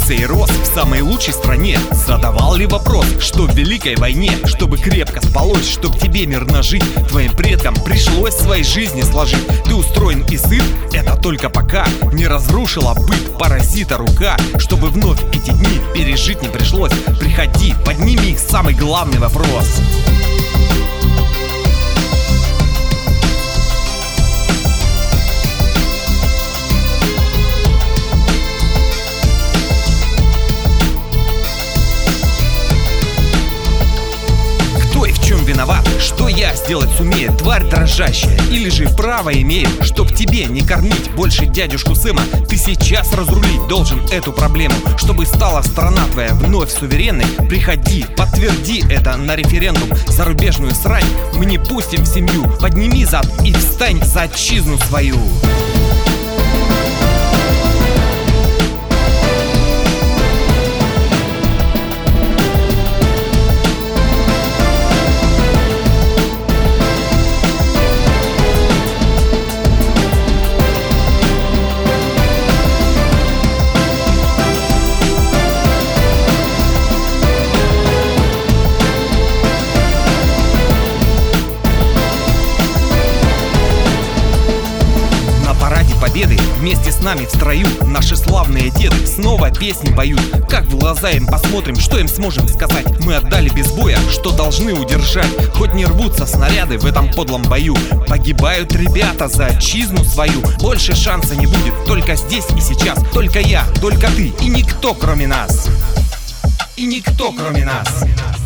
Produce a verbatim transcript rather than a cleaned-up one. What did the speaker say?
Учился и рос в самой лучшей стране. Задавал ли вопрос, что в великой войне, чтобы крепко спалось, чтоб тебе мирно жить, твоим предкам пришлось в своей жизни сложить. Ты устроен и сыт, это только пока не разрушила быт паразита рука. Чтобы вновь эти дни пережить не пришлось, приходи, подними самый главный вопрос. Виноват, что я сделать сумею, тварь дрожащая, или же право имею, чтоб тебе не кормить больше дядюшку Сэма. Ты сейчас разрулить должен эту проблему, чтобы стала страна твоя вновь суверенной. Приходи, подтверди это на референдум. Зарубежную срань мы не пустим в семью. Подними зад и встань за отчизну свою. Победы вместе с нами в строю наши славные деды снова песни поют. Как в глаза им посмотрим, что им сможем сказать? Мы отдали без боя, что должны удержать. Хоть не рвутся снаряды в этом подлом бою, погибают ребята за отчизну свою. Больше шанса не будет, только здесь и сейчас. Только я, только ты и никто кроме нас. И никто кроме нас.